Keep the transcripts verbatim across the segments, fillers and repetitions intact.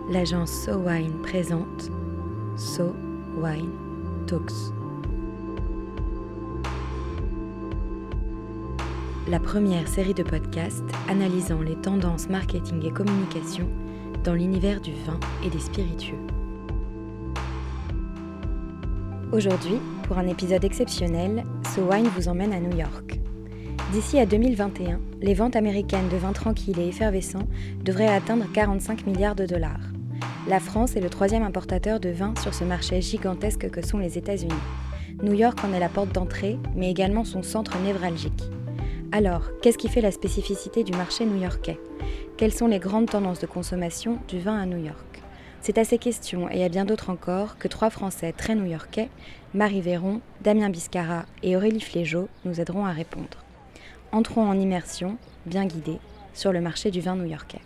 l'agence So Wine présente So Wine Talks. La première série de podcasts analysant les tendances marketing et communication dans l'univers du vin et des spiritueux. Aujourd'hui, pour un épisode exceptionnel, So Wine vous emmène à New York. D'ici à deux mille vingt et un, les ventes américaines de vins tranquilles et effervescents devraient atteindre quarante-cinq milliards de dollars. La France est le troisième importateur de vin sur ce marché gigantesque que sont les États-Unis. New York en est la porte d'entrée, mais également son centre névralgique. Alors, qu'est-ce qui fait la spécificité du marché new-yorkais ? Quelles sont les grandes tendances de consommation du vin à New York ? C'est à ces questions et à bien d'autres encore que trois Français très new-yorkais, Marie Véron, Damien Biscara et Aurélie Flégeau, nous aideront à répondre. Entrons en immersion, bien guidés, sur le marché du vin new-yorkais.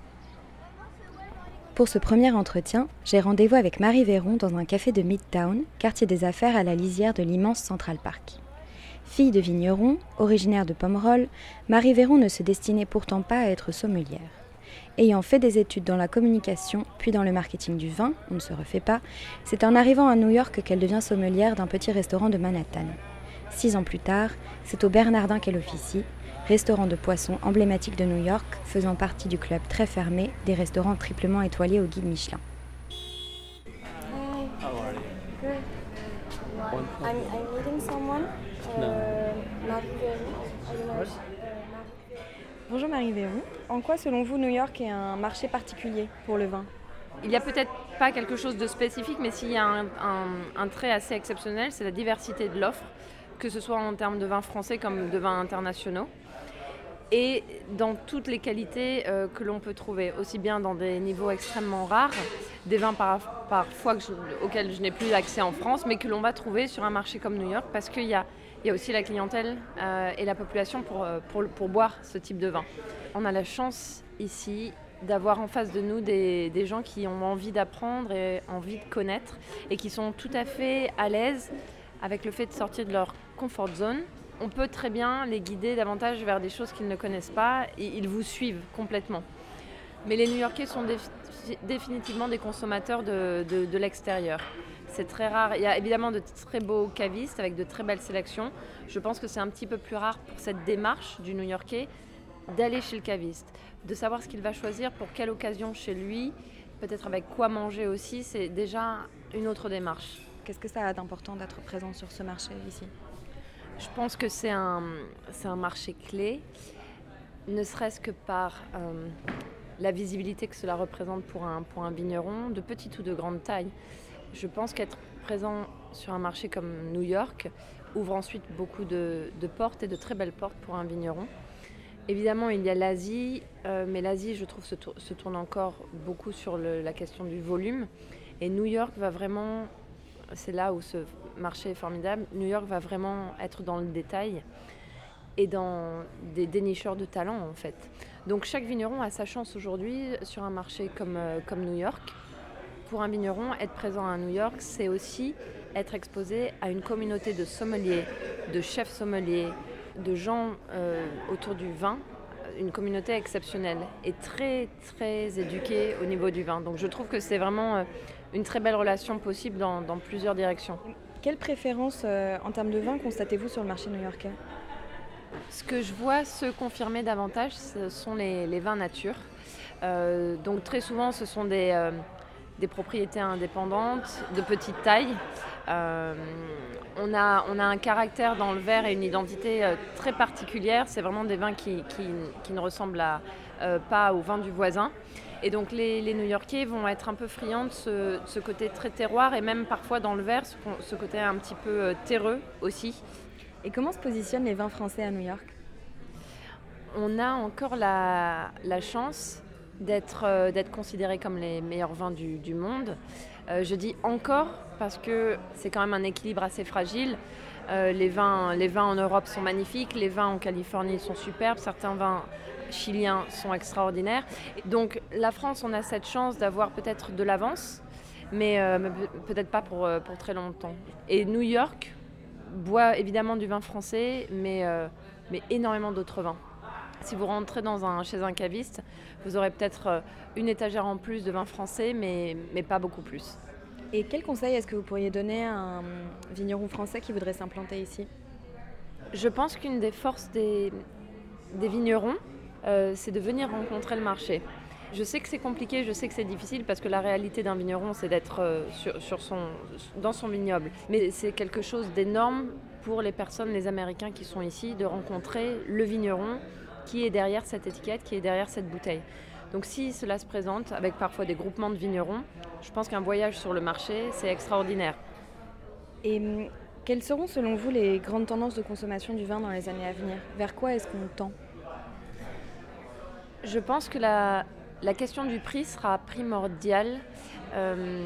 Pour ce premier entretien, j'ai rendez-vous avec Marie Véron dans un café de Midtown, quartier des affaires à la lisière de l'immense Central Park. Fille de vigneron, originaire de Pomerol, Marie Véron ne se destinait pourtant pas à être sommelière. Ayant fait des études dans la communication, puis dans le marketing du vin, on ne se refait pas, c'est en arrivant à New York qu'elle devient sommelière d'un petit restaurant de Manhattan. Six ans plus tard, c'est au Bernardin qu'elle officie, restaurant de poissons emblématique de New York, faisant partie du club très fermé des restaurants triplement étoilés au guide Michelin. Hi. How are you? Good. One I'm, I'm meeting someone. Uh, No. Marie Véron. I don't know if- uh, Marie- Bonjour Marie Véron. En quoi, selon vous, New York est un marché particulier pour le vin ? Il n'y a peut-être pas quelque chose de spécifique, mais s'il y a un, un, un trait assez exceptionnel, c'est la diversité de l'offre, que ce soit en termes de vins français comme de vins internationaux, et dans toutes les qualités euh, que l'on peut trouver, aussi bien dans des niveaux extrêmement rares, des vins par, parfois que je, auxquels je n'ai plus accès en France, mais que l'on va trouver sur un marché comme New York, parce qu'il y a, il y a aussi la clientèle euh, et la population pour, pour, pour boire ce type de vin. On a la chance ici d'avoir en face de nous des, des gens qui ont envie d'apprendre et envie de connaître, et qui sont tout à fait à l'aise avec le fait de sortir de leur comfort zone. On peut très bien les guider davantage vers des choses qu'ils ne connaissent pas, et ils vous suivent complètement. Mais les New-Yorkais sont défi- définitivement des consommateurs de, de, de l'extérieur. C'est très rare. Il y a évidemment de très beaux cavistes avec de très belles sélections. Je pense que c'est un petit peu plus rare pour cette démarche du New-Yorkais d'aller chez le caviste, de savoir ce qu'il va choisir pour quelle occasion chez lui, peut-être avec quoi manger aussi. C'est déjà une autre démarche. Qu'est-ce que ça a d'important d'être présent sur ce marché ici ? Je pense que c'est un, c'est un marché clé, ne serait-ce que par euh, la visibilité que cela représente pour un, pour un vigneron, de petite ou de grande taille. Je pense qu'être présent sur un marché comme New York ouvre ensuite beaucoup de, de portes, et de très belles portes pour un vigneron. Évidemment, il y a l'Asie, euh, mais l'Asie, je trouve, se, tour- se tourne encore beaucoup sur le, la question du volume. Et New York va vraiment... C'est là où ce marché est formidable. New York va vraiment être dans le détail et dans des dénicheurs de talent, en fait. Donc chaque vigneron a sa chance aujourd'hui sur un marché comme, euh, comme New York. Pour un vigneron, être présent à New York, c'est aussi être exposé à une communauté de sommeliers, de chefs sommeliers, de gens euh, autour du vin, une communauté exceptionnelle et très, très éduquée au niveau du vin. Donc je trouve que c'est vraiment... Euh, une très belle relation possible dans, dans plusieurs directions. Quelle préférence euh, en termes de vin constatez-vous sur le marché new-yorkais ? Ce que je vois se confirmer davantage, ce sont les, les vins nature. Euh, donc très souvent, ce sont des, euh, des propriétés indépendantes, de petite taille. Euh, on, a, on a un caractère dans le verre et une identité euh, très particulière. C'est vraiment des vins qui, qui, qui ne ressemblent à, euh, pas aux vins du voisin. Et donc les, les New-Yorkais vont être un peu friands de ce, de ce côté très terroir, et même parfois dans le verre, ce, ce côté un petit peu euh, terreux aussi. Et comment se positionnent les vins français à New York ? On a encore la, la chance d'être, euh, d'être considérés comme les meilleurs vins du, du monde. Euh, je dis encore parce que c'est quand même un équilibre assez fragile. Euh, les vins, les vins en Europe sont magnifiques, les vins en Californie sont superbes, certains vins chiliens sont extraordinaires. Donc la France, on a cette chance d'avoir peut-être de l'avance, mais euh, peut-être pas pour, pour très longtemps. Et New York boit évidemment du vin français, mais, euh, mais énormément d'autres vins. Si vous rentrez dans un, chez un caviste, vous aurez peut-être une étagère en plus de vin français, mais, mais pas beaucoup plus. Et quel conseil est-ce que vous pourriez donner à un vigneron français qui voudrait s'implanter ici ? Je pense qu'une des forces des, des vignerons, euh, c'est de venir rencontrer le marché. Je sais que c'est compliqué, je sais que c'est difficile parce que la réalité d'un vigneron, c'est d'être euh, sur, sur son, dans son vignoble. Mais c'est quelque chose d'énorme pour les personnes, les Américains qui sont ici, de rencontrer le vigneron qui est derrière cette étiquette, qui est derrière cette bouteille. Donc si cela se présente avec parfois des groupements de vignerons, je pense qu'un voyage sur le marché, c'est extraordinaire. Et quelles seront selon vous les grandes tendances de consommation du vin dans les années à venir ? Vers quoi est-ce qu'on tend ? Je pense que la, la question du prix sera primordiale. Euh,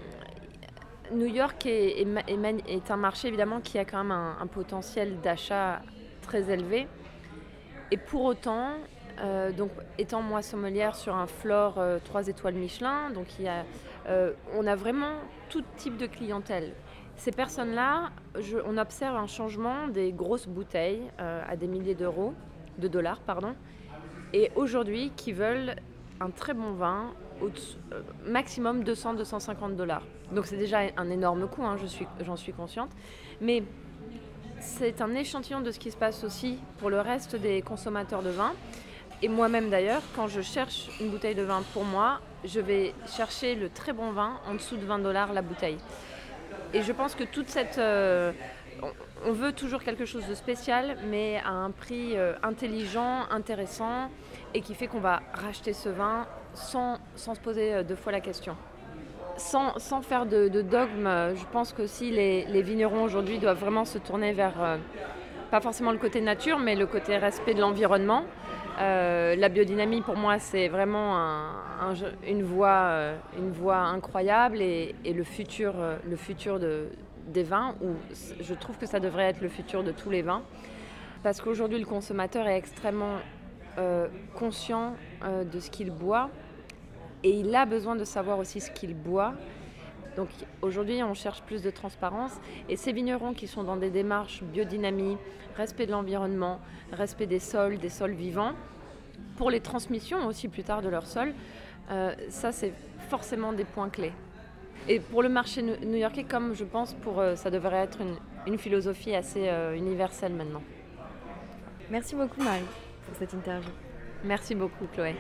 New York est, est, est, est un marché évidemment qui a quand même un, un potentiel d'achat très élevé. Et pour autant, euh, donc, étant moi sommelière sur un Flore euh, trois étoiles Michelin, donc il y a, euh, on a vraiment tout type de clientèle. Ces personnes-là, je, on observe un changement des grosses bouteilles euh, à des milliers d'euros, de dollars, pardon, et aujourd'hui qui veulent un très bon vin, au euh, maximum deux cents à deux cent cinquante dollars. Donc c'est déjà un énorme coût, hein, je suis, j'en suis consciente, mais c'est un échantillon de ce qui se passe aussi pour le reste des consommateurs de vin. Et moi-même d'ailleurs, quand je cherche une bouteille de vin pour moi, je vais chercher le très bon vin en dessous de vingt dollars la bouteille. Et je pense que toute cette... Euh, on veut toujours quelque chose de spécial, mais à un prix euh, intelligent, intéressant, et qui fait qu'on va racheter ce vin sans, sans se poser deux fois la question. Sans, sans faire de, de dogme, je pense que si les, les vignerons aujourd'hui doivent vraiment se tourner vers, euh, pas forcément le côté nature, mais le côté respect de l'environnement. Euh, la biodynamie, pour moi, c'est vraiment un, un, une, voie, euh, une voie incroyable et, et le futur, euh, le futur de, des vins, où je trouve que ça devrait être le futur de tous les vins. Parce qu'aujourd'hui, le consommateur est extrêmement euh, conscient euh, de ce qu'il boit. Et il a besoin de savoir aussi ce qu'il boit. Donc aujourd'hui, on cherche plus de transparence. Et ces vignerons qui sont dans des démarches biodynamie, respect de l'environnement, respect des sols, des sols vivants, pour les transmissions aussi plus tard de leurs sols, euh, ça c'est forcément des points clés. Et pour le marché new-yorkais, comme je pense, pour, euh, ça devrait être une, une philosophie assez euh, universelle maintenant. Merci beaucoup Marie pour cette interview. Merci beaucoup Chloé.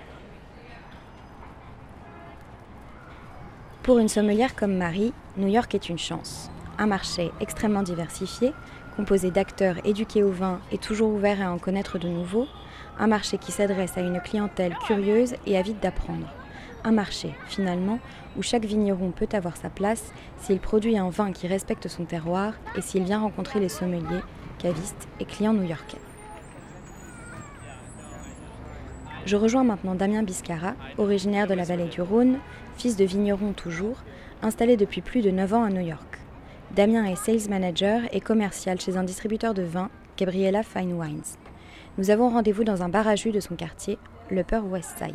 Pour une sommelière comme Marie, New York est une chance. Un marché extrêmement diversifié, composé d'acteurs éduqués au vin et toujours ouverts à en connaître de nouveaux. Un marché qui s'adresse à une clientèle curieuse et avide d'apprendre. Un marché, finalement, où chaque vigneron peut avoir sa place s'il produit un vin qui respecte son terroir et s'il vient rencontrer les sommeliers, cavistes et clients new-yorkais. Je rejoins maintenant Damien Biscara, originaire de la vallée du Rhône, fils de vigneron toujours, installé depuis plus de neuf ans à New York. Damien est sales manager et commercial chez un distributeur de vin, Gabriella Fine Wines. Nous avons rendez-vous dans un bar à jus de son quartier, l'Upper West Side.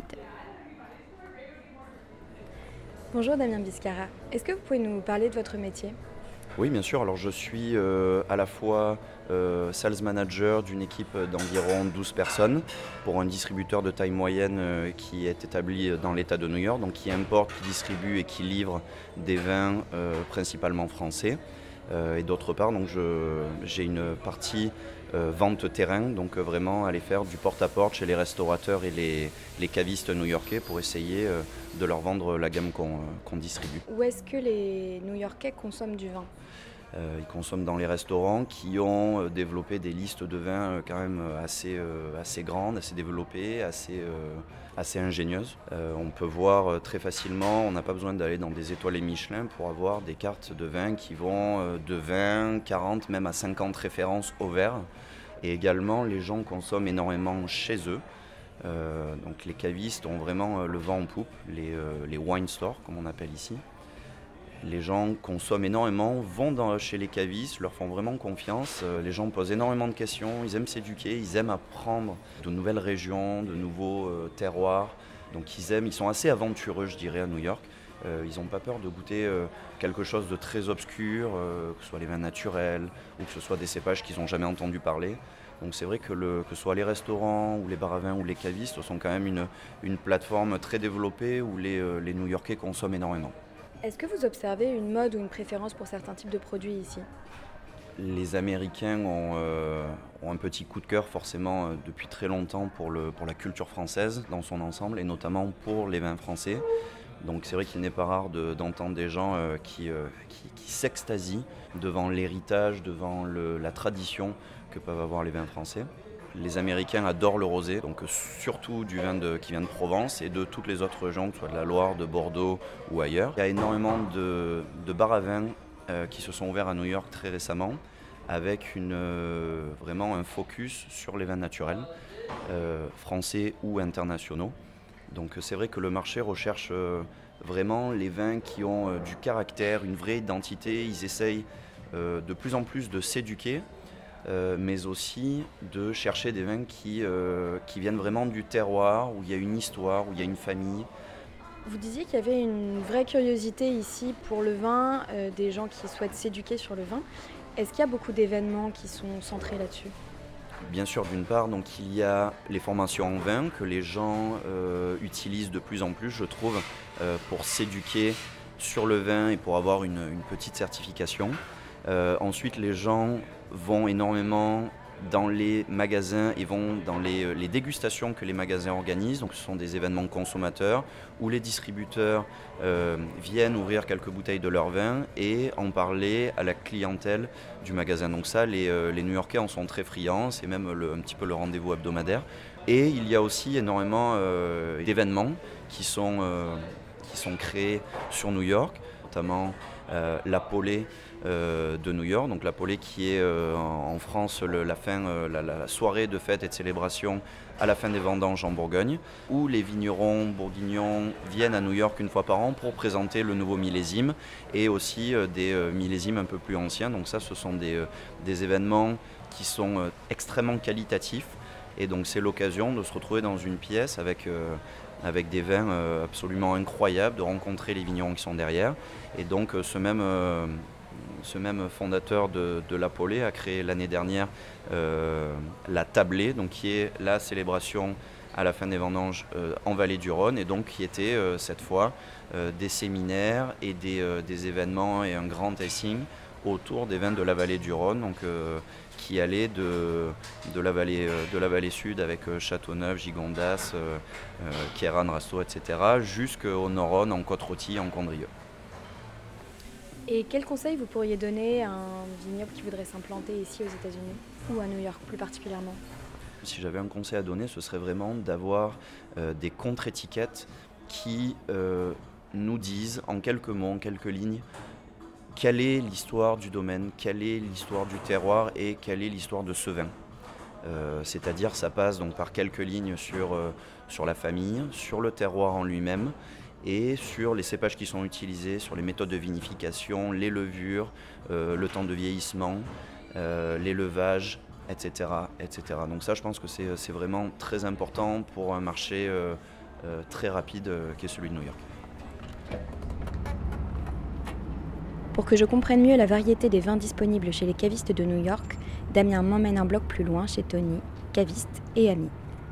Bonjour Damien Biscara, est-ce que vous pouvez nous parler de votre métier ? Oui, bien sûr. Alors, je suis euh, à la fois euh, sales manager d'une équipe d'environ douze personnes pour un distributeur de taille moyenne euh, qui est établi dans l'État de New York, donc qui importe, qui distribue et qui livre des vins euh, principalement français. Euh, et d'autre part, donc je, j'ai une partie euh, vente terrain, donc euh, vraiment aller faire du porte-à-porte chez les restaurateurs et les, les cavistes new-yorkais pour essayer euh, de leur vendre la gamme qu'on, euh, qu'on distribue. Où est-ce que les New-Yorkais consomment du vin ? Euh, ils consomment dans les restaurants qui ont euh, développé des listes de vins euh, quand même assez, euh, assez grandes, assez développées, assez, euh, assez ingénieuses. Euh, on peut voir euh, très facilement, on n'a pas besoin d'aller dans des étoiles Michelin pour avoir des cartes de vins qui vont euh, de vingt, quarante, même à cinquante références au verre. Et également, les gens consomment énormément chez eux. Euh, donc les cavistes ont vraiment euh, le vent en poupe, les, euh, les wine stores comme on appelle ici. Les gens consomment énormément, vont dans, chez les cavistes, leur font vraiment confiance. Euh, les gens posent énormément de questions, ils aiment s'éduquer, ils aiment apprendre de nouvelles régions, de nouveaux euh, terroirs. Donc ils aiment, ils sont assez aventureux, je dirais, à New York. Euh, ils n'ont pas peur de goûter euh, quelque chose de très obscur, euh, que ce soit les vins naturels ou que ce soit des cépages qu'ils n'ont jamais entendu parler. Donc c'est vrai que, le, que ce soit les restaurants ou les bars à vin ou les cavistes sont quand même une, une plateforme très développée où les, euh, les New-Yorkais consomment énormément. Est-ce que vous observez une mode ou une préférence pour certains types de produits ici ? Les Américains ont, euh, ont un petit coup de cœur forcément euh, depuis très longtemps pour, le, pour la culture française dans son ensemble et notamment pour les vins français. Donc c'est vrai qu'il n'est pas rare de, d'entendre des gens euh, qui, euh, qui, qui s'extasient devant l'héritage, devant le, la tradition que peuvent avoir les vins français. Les Américains adorent le rosé, donc surtout du vin de, qui vient de Provence et de toutes les autres régions, que ce soit de la Loire, de Bordeaux ou ailleurs. Il y a énormément de, de bars à vin euh, qui se sont ouverts à New York très récemment, avec une, euh, vraiment un focus sur les vins naturels, euh, français ou internationaux. Donc c'est vrai que le marché recherche euh, vraiment les vins qui ont euh, du caractère, une vraie identité. Ils essayent euh, de plus en plus de s'éduquer, euh, mais aussi de chercher des vins qui, euh, qui viennent vraiment du terroir, où il y a une histoire, où il y a une famille. Vous disiez qu'il y avait une vraie curiosité ici pour le vin, euh, des gens qui souhaitent s'éduquer sur le vin. Est-ce qu'il y a beaucoup d'événements qui sont centrés là-dessus ? Bien sûr, d'une part, donc, il y a les formations en vin que les gens euh, utilisent de plus en plus, je trouve, euh, pour s'éduquer sur le vin et pour avoir une, une petite certification. Euh, ensuite, les gens vont énormément dans les magasins et vont dans les, les dégustations que les magasins organisent. Donc, ce sont des événements consommateurs où les distributeurs euh, viennent ouvrir quelques bouteilles de leur vin et en parler à la clientèle du magasin. Donc ça, les, euh, les New-Yorkais en sont très friands, c'est même le, un petit peu le rendez-vous hebdomadaire. Et il y a aussi énormément euh, d'événements qui sont, euh, qui sont créés sur New York, notamment euh, la Polée euh, de New York. Donc la Polée qui est euh, en France le, la, fin, euh, la, la soirée de fête et de célébration à la fin des vendanges en Bourgogne, où les vignerons bourguignons viennent à New York une fois par an pour présenter le nouveau millésime et aussi euh, des euh, millésimes un peu plus anciens. Donc ça, ce sont des, euh, des événements qui sont euh, extrêmement qualitatifs et donc c'est l'occasion de se retrouver dans une pièce avec, euh, avec des vins euh, absolument incroyables, de rencontrer les vignerons qui sont derrière. Et donc euh, ce même... Euh, Ce même fondateur de, de la Polée a créé l'année dernière euh, la Tablée, donc qui est la célébration à la fin des vendanges euh, en Vallée du Rhône, et donc qui était euh, cette fois euh, des séminaires et des, euh, des événements et un grand tasting autour des vins de la Vallée du Rhône, donc, euh, qui allaient de, de, la vallée, euh, de la vallée sud avec euh, Châteauneuf, Gigondas, euh, euh, Kéran, Rasteau, et cetera, jusqu'au Nord-Rhône, en Côte-Rôtie, en Condrieu. Et quel conseil vous pourriez donner à un vignoble qui voudrait s'implanter ici aux États-Unis ou à New York plus particulièrement ? Si j'avais un conseil à donner, ce serait vraiment d'avoir euh, des contre-étiquettes qui euh, nous disent en quelques mots, en quelques lignes, quelle est l'histoire du domaine, quelle est l'histoire du terroir et quelle est l'histoire de ce vin. Euh, c'est-à-dire ça passe donc par quelques lignes sur, euh, sur la famille, sur le terroir en lui-même, et sur les cépages qui sont utilisés, sur les méthodes de vinification, les levures, euh, le temps de vieillissement, euh, l'élevage, et cetera, et cetera. Donc ça, je pense que c'est, c'est vraiment très important pour un marché euh, euh, très rapide euh, qui est celui de New York. Pour que je comprenne mieux la variété des vins disponibles chez les cavistes de New York, Damien m'emmène un bloc plus loin chez Tony, caviste et ami.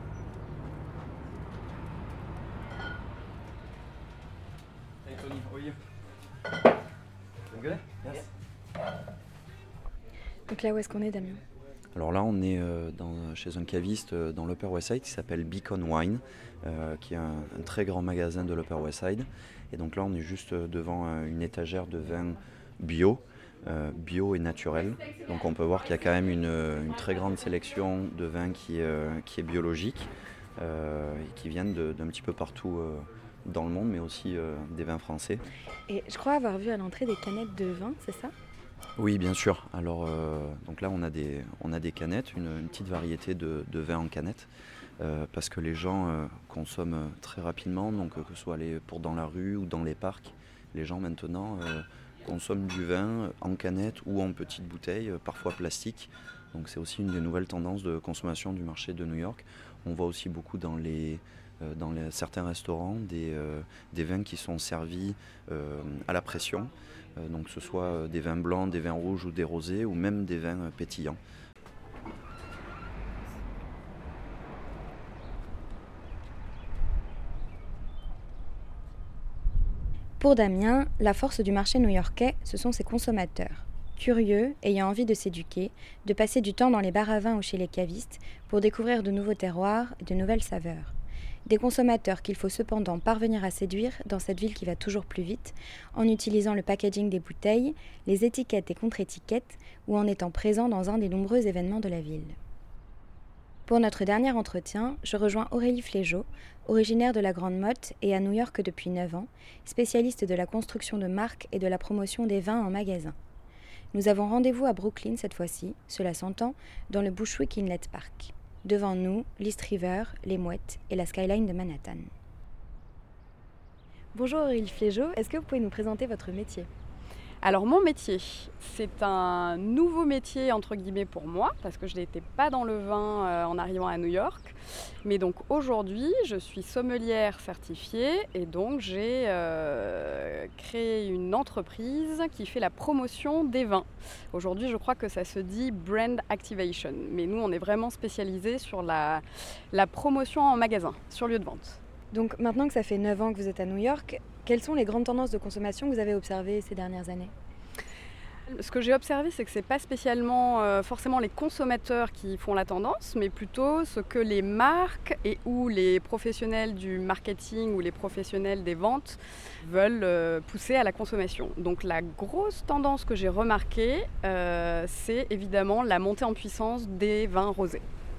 Donc là, où est-ce qu'on est, Damien ? Alors là, on est euh, dans, chez un caviste euh, dans l'Upper West Side qui s'appelle Beacon Wine, euh, qui est un, un très grand magasin de l'Upper West Side. Et donc là, on est juste devant euh, une étagère de vins bio, euh, bio et naturel. Donc on peut voir qu'il y a quand même une, une très grande sélection de vins qui, euh, qui est biologique euh, et qui viennent de, d'un petit peu partout euh, dans le monde, mais aussi euh, des vins français. Et je crois avoir vu à l'entrée des canettes de vin, c'est ça ? Oui, bien sûr. Alors, euh, donc là, on a des, on a des canettes, une, une petite variété de, de vins en canettes, euh, parce que les gens euh, consomment très rapidement, donc euh, que ce soit les, pour dans la rue ou dans les parcs, les gens maintenant euh, consomment du vin en canette ou en petites bouteilles, euh, parfois plastiques. Donc c'est aussi une des nouvelles tendances de consommation du marché de New York. On voit aussi beaucoup dans les... dans les, certains restaurants des, euh, des vins qui sont servis euh, à la pression, euh, donc que ce soit des vins blancs, des vins rouges ou des rosés ou même des vins pétillants. Pour Damien, la force du marché new-yorkais, ce sont ses consommateurs. Curieux, ayant envie de s'éduquer, de passer du temps dans les bars à vin ou chez les cavistes pour découvrir de nouveaux terroirs et de nouvelles saveurs. Des consommateurs qu'il faut cependant parvenir à séduire dans cette ville qui va toujours plus vite, en utilisant le packaging des bouteilles, les étiquettes et contre-étiquettes, ou en étant présent dans un des nombreux événements de la ville. Pour notre dernier entretien, je rejoins Aurélie Flégeau, originaire de la Grande Motte et à New York depuis neuf ans, spécialiste de la construction de marques et de la promotion des vins en magasin. Nous avons rendez-vous à Brooklyn cette fois-ci, cela s'entend, dans le Bushwick Inlet Park. Devant nous, l'East River, les mouettes et la skyline de Manhattan. Bonjour Aurélie Flégeau, est-ce que vous pouvez nous présenter votre métier ? Alors mon métier, c'est un nouveau métier entre guillemets pour moi, parce que je n'étais pas dans le vin euh, en arrivant à New York. Mais donc aujourd'hui, je suis sommelière certifiée et donc j'ai euh, créé une entreprise qui fait la promotion des vins. Aujourd'hui, je crois que ça se dit Brand Activation, mais nous on est vraiment spécialisés sur la, la promotion en magasin, sur lieu de vente. Donc maintenant que ça fait neuf ans que vous êtes à New York, quelles sont les grandes tendances de consommation que vous avez observées ces dernières années ? Ce que j'ai observé, c'est que ce n'est pas spécialement euh, forcément les consommateurs qui font la tendance, mais plutôt ce que les marques et ou les professionnels du marketing ou les professionnels des ventes veulent euh, pousser à la consommation. Donc la grosse tendance que j'ai remarquée, euh, c'est évidemment la montée en puissance des vins rosés.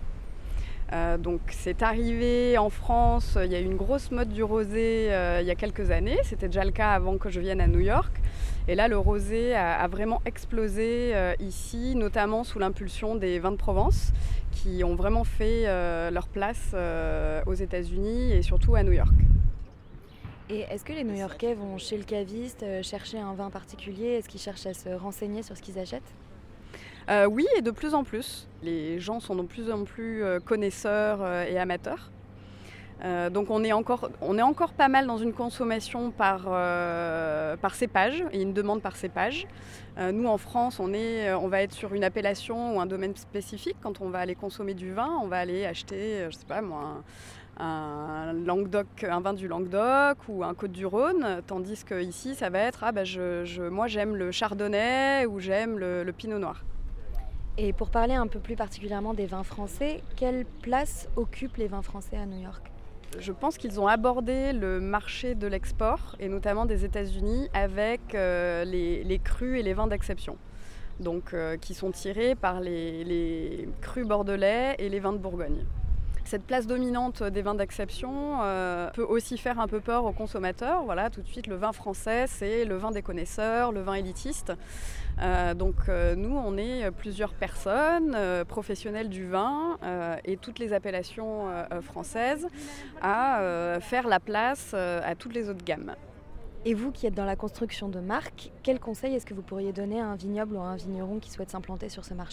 Euh, donc c'est arrivé en France, il y a eu une grosse mode du rosé euh, il y a quelques années, c'était déjà le cas avant que je vienne à New York. Et là le rosé a, a vraiment explosé euh, ici, notamment sous l'impulsion des vins de Provence qui ont vraiment fait euh, leur place euh, aux États-Unis et surtout à New York. Et est-ce que les New-Yorkais vont chez le caviste euh, chercher un vin particulier ? Est-ce qu'ils cherchent à se renseigner sur ce qu'ils achètent ? Euh, oui, et de plus en plus. Les gens sont de plus en plus euh, connaisseurs euh, et amateurs. Euh, donc on est, encore, on est encore pas mal dans une consommation par, euh, par cépage et une demande par cépage. Euh, nous en France, on, est, on va être sur une appellation ou un domaine spécifique. Quand on va aller consommer du vin, on va aller acheter, je sais pas moi, un, un Languedoc, un vin du Languedoc ou un Côte-du-Rhône, tandis qu'ici ça va être ah bah je, je, moi j'aime le Chardonnay ou j'aime le, le Pinot Noir. Et pour parler un peu plus particulièrement des vins français, quelle place occupent les vins français à New York ? Je pense qu'ils ont abordé le marché de l'export, et notamment des États-Unis, avec euh, les, les crus et les vins d'exception. Donc, euh, qui sont tirés par les, les crus bordelais et les vins de Bourgogne. Cette place dominante des vins d'exception euh, peut aussi faire un peu peur aux consommateurs. Voilà, tout de suite, le vin français, c'est le vin des connaisseurs, le vin élitiste. Euh, donc euh, nous, on est plusieurs personnes, euh, professionnels du vin euh, et toutes les appellations euh, françaises, à euh, faire la place euh, à toutes les autres gammes. Et vous qui êtes dans la construction de marques, quels conseils est-ce que vous pourriez donner à un vignoble ou à un vigneron qui souhaite s'implanter sur ce marché ?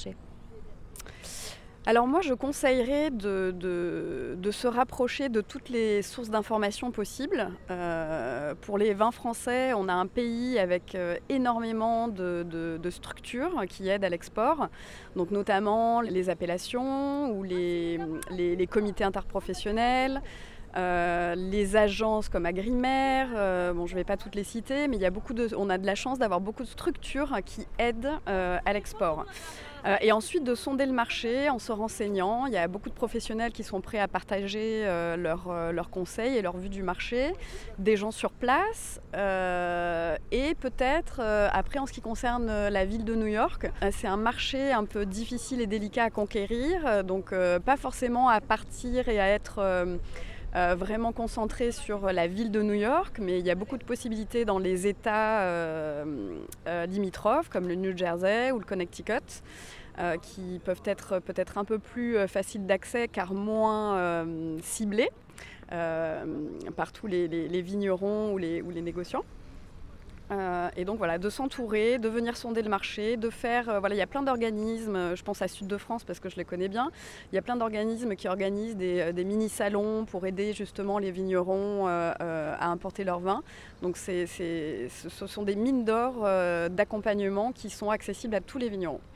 Alors moi, je conseillerais de, de, de se rapprocher de toutes les sources d'informations possibles. Euh, pour les vins français, on a un pays avec euh, énormément de, de, de structures qui aident à l'export, donc notamment les appellations ou les, les, les comités interprofessionnels. Euh, les agences comme Agrimer, euh, bon, je ne vais pas toutes les citer, mais il y a beaucoup de, on a de la chance d'avoir beaucoup de structures qui aident euh, à l'export. Euh, et ensuite de sonder le marché en se renseignant. Il y a beaucoup de professionnels qui sont prêts à partager euh, leurs euh, leur conseils et leur vue du marché, des gens sur place. Euh, et peut-être, euh, après en ce qui concerne la ville de New York, euh, c'est un marché un peu difficile et délicat à conquérir, euh, donc euh, pas forcément à partir et à être... Euh, Euh, vraiment concentré sur la ville de New York, mais il y a beaucoup de possibilités dans les États euh, euh, limitrophes, comme le New Jersey ou le Connecticut, euh, qui peuvent être peut-être un peu plus faciles d'accès car moins euh, ciblés euh, par tous les, les, les vignerons ou les, ou les négociants. Euh, et donc voilà, de s'entourer, de venir sonder le marché, de faire, euh, voilà, il y a plein d'organismes, je pense à Sud de France parce que je les connais bien, il y a plein d'organismes qui organisent des, des mini-salons pour aider justement les vignerons euh, euh, à importer leur vin. Donc c'est, c'est, ce sont des mines d'or euh, d'accompagnement qui sont accessibles à tous les vignerons.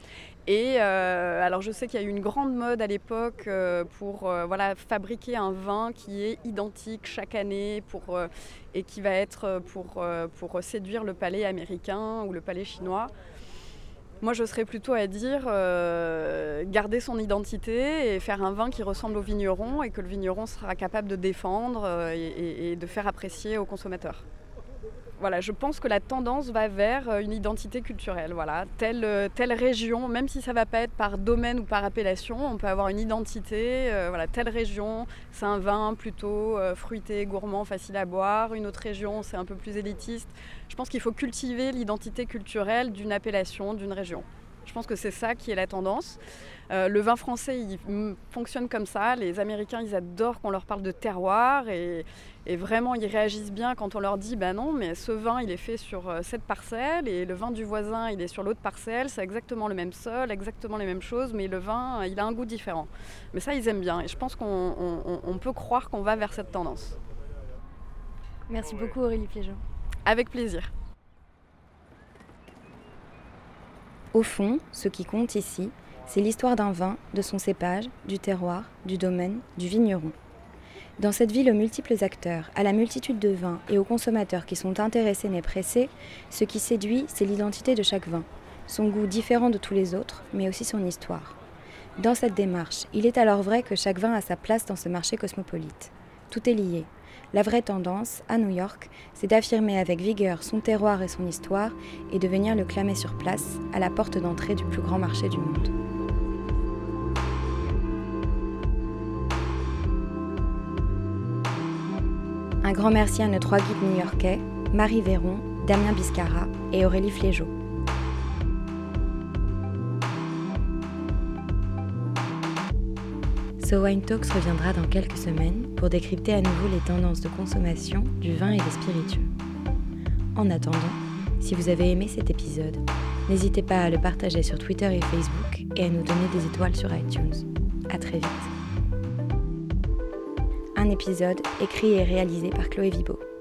Et euh, alors je sais qu'il y a eu une grande mode à l'époque euh, pour euh, voilà, fabriquer un vin qui est identique chaque année pour, euh, et qui va être pour, euh, pour séduire le palais américain ou le palais chinois. Moi je serais plutôt à dire euh, garder son identité et faire un vin qui ressemble au vigneron et que le vigneron sera capable de défendre euh, et, et, et de faire apprécier aux consommateurs. Voilà, je pense que la tendance va vers une identité culturelle. Voilà. Telle, telle région, même si ça ne va pas être par domaine ou par appellation, on peut avoir une identité. Euh, voilà, telle région, c'est un vin plutôt euh, fruité, gourmand, facile à boire. Une autre région, c'est un peu plus élitiste. Je pense qu'il faut cultiver l'identité culturelle d'une appellation, d'une région. Je pense que c'est ça qui est la tendance. Euh, le vin français, il m- fonctionne comme ça. Les Américains, ils adorent qu'on leur parle de terroir et, et vraiment, ils réagissent bien quand on leur dit « ben non, mais ce vin, il est fait sur euh, cette parcelle et le vin du voisin, il est sur l'autre parcelle. C'est exactement le même sol, exactement les mêmes choses, mais le vin, il a un goût différent. » Mais ça, ils aiment bien et je pense qu'on on, on peut croire qu'on va vers cette tendance. Merci beaucoup Aurélie Flégeau. Avec plaisir. Au fond, ce qui compte ici, c'est l'histoire d'un vin, de son cépage, du terroir, du domaine, du vigneron. Dans cette ville aux multiples acteurs, à la multitude de vins et aux consommateurs qui sont intéressés mais pressés, ce qui séduit, c'est l'identité de chaque vin, son goût différent de tous les autres, mais aussi son histoire. Dans cette démarche, il est alors vrai que chaque vin a sa place dans ce marché cosmopolite. Tout est lié. La vraie tendance, à New York, c'est d'affirmer avec vigueur son terroir et son histoire et de venir le clamer sur place, à la porte d'entrée du plus grand marché du monde. Un grand merci à nos trois guides new-yorkais, Marie Véron, Damien Biscara et Aurélie Flégeau. So Wine Talks reviendra dans quelques semaines pour décrypter à nouveau les tendances de consommation du vin et des spiritueux. En attendant, si vous avez aimé cet épisode, n'hésitez pas à le partager sur Twitter et Facebook et à nous donner des étoiles sur iTunes. À très vite. Un épisode écrit et réalisé par Chloé Vibo.